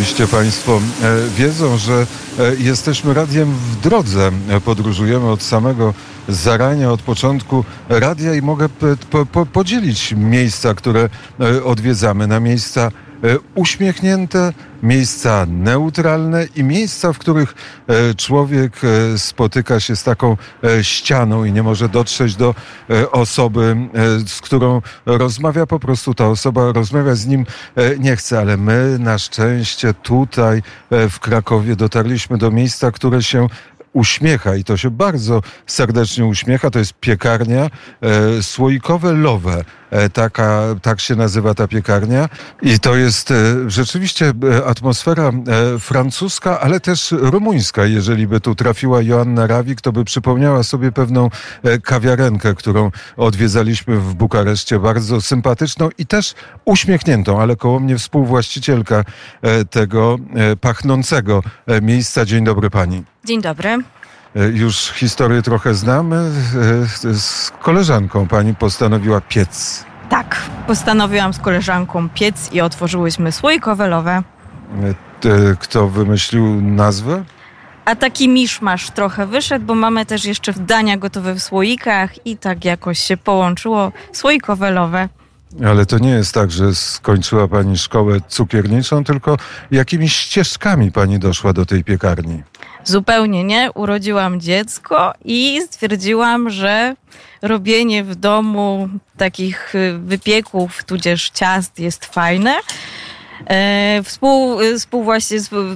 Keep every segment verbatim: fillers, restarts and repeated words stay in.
Oczywiście Państwo wiedzą, że jesteśmy radiem w drodze. Podróżujemy od samego zarania, od początku radia i mogę po, po, podzielić miejsca, które odwiedzamy na miejsca uśmiechnięte, miejsca neutralne i miejsca, w których człowiek spotyka się z taką ścianą i nie może dotrzeć do osoby, z którą rozmawia. Po prostu ta osoba rozmawia z nim nie chce, ale my na szczęście tutaj w Krakowie dotarliśmy do miejsca, które się uśmiecha i to się bardzo serdecznie uśmiecha. To jest piekarnia e, Słoikowe Lowe. E, taka, tak się nazywa ta piekarnia. I to jest e, rzeczywiście atmosfera e, francuska, ale też rumuńska. Jeżeli by tu trafiła Joanna Rawik, to by przypomniała sobie pewną e, kawiarenkę, którą odwiedzaliśmy w Bukareszcie. Bardzo sympatyczną i też uśmiechniętą, ale koło mnie współwłaścicielka e, tego e, pachnącego e, miejsca. Dzień dobry pani. Dzień dobry. Już historię trochę znamy. Z koleżanką pani postanowiła piec. Tak, postanowiłam z koleżanką piec i otworzyłyśmy Słoikowe Lowe. Kto wymyślił nazwę? A taki miszmasz trochę wyszedł, bo mamy też jeszcze dania gotowe w słoikach i tak jakoś się połączyło Słoikowe Lowe. Ale to nie jest tak, że skończyła pani szkołę cukierniczą, tylko jakimi ścieżkami pani doszła do tej piekarni? Zupełnie nie. Urodziłam dziecko i stwierdziłam, że robienie w domu takich wypieków, tudzież ciast jest fajne. Współ, współwłaści,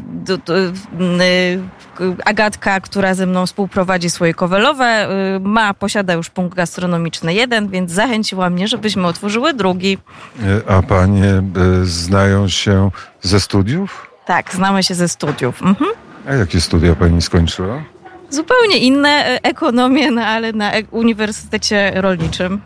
Agatka, która ze mną współprowadzi Słoikowe Lowe, ma, posiada już punkt gastronomiczny jeden, więc zachęciła mnie, żebyśmy otworzyły drugi. A panie znają się ze studiów? Tak, znamy się ze studiów. Mhm. A jakie studia pani skończyła? Zupełnie inne, ekonomię, no, ale na Uniwersytecie Rolniczym.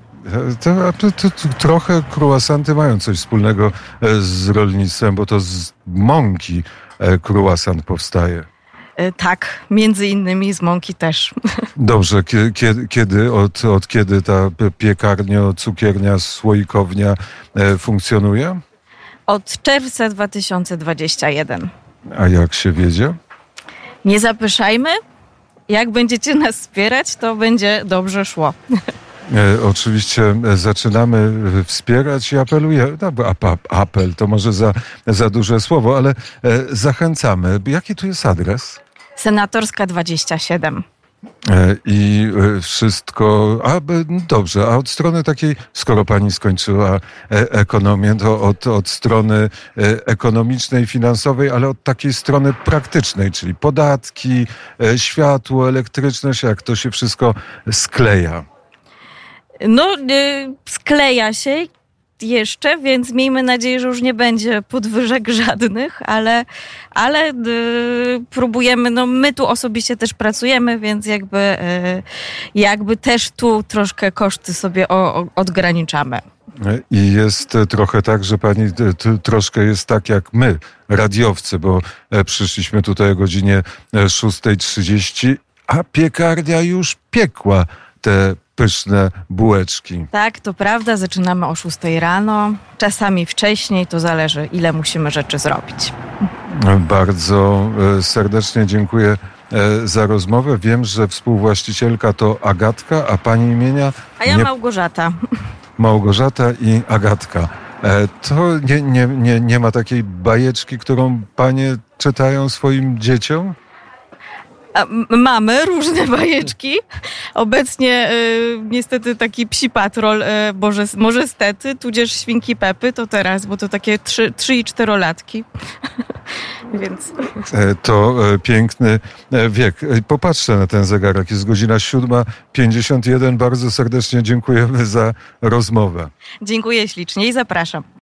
To, to, to, to trochę kruasanty mają coś wspólnego z rolnictwem, bo to z mąki kruasant powstaje. Tak, między innymi z mąki też. Dobrze, kiedy, kiedy od, od kiedy ta piekarnia, cukiernia, słoikownia funkcjonuje? Od czerwca dwa tysiące dwudziestego pierwszego. A jak się wiedzie? Nie zapyszajmy. Jak będziecie nas wspierać, to będzie dobrze szło. E, oczywiście zaczynamy wspierać i apeluję, no, apel to może za, za duże słowo, ale e, zachęcamy. Jaki tu jest adres? Senatorska dwadzieścia siedem. E, I wszystko, a dobrze, a od strony takiej, skoro pani skończyła e, ekonomię, to od, od strony e, ekonomicznej, finansowej, ale od takiej strony praktycznej, czyli podatki, e, światło, elektryczność, jak to się wszystko skleja. No, y, skleja się jeszcze, więc miejmy nadzieję, że już nie będzie podwyżek żadnych, ale, ale y, próbujemy, no my tu osobiście też pracujemy, więc jakby, y, jakby też tu troszkę koszty sobie o, o, odgraniczamy. I jest trochę tak, że pani t, troszkę jest tak jak my, radiowcy, bo przyszliśmy tutaj o godzinie szósta trzydzieści, a piekarnia już piekła te pyszne bułeczki. Tak, to prawda. Zaczynamy o szóstej rano. Czasami wcześniej, to zależy, ile musimy rzeczy zrobić. Bardzo serdecznie dziękuję za rozmowę. Wiem, że współwłaścicielka to Agatka, a pani imienia? A ja nie... Małgorzata. Małgorzata i Agatka. To nie, nie, nie, nie ma takiej bajeczki, którą panie czytają swoim dzieciom? Mamy różne bajeczki. Obecnie y, niestety taki Psi Patrol, y, może, może stety, tudzież Świnki Pepy, to teraz, bo to takie trzy, trzy i czterolatki. Więc... To piękny wiek. Popatrzę na ten zegarek. Jest godzina siódma pięćdziesiąt jeden. Bardzo serdecznie dziękujemy za rozmowę. Dziękuję ślicznie i zapraszam.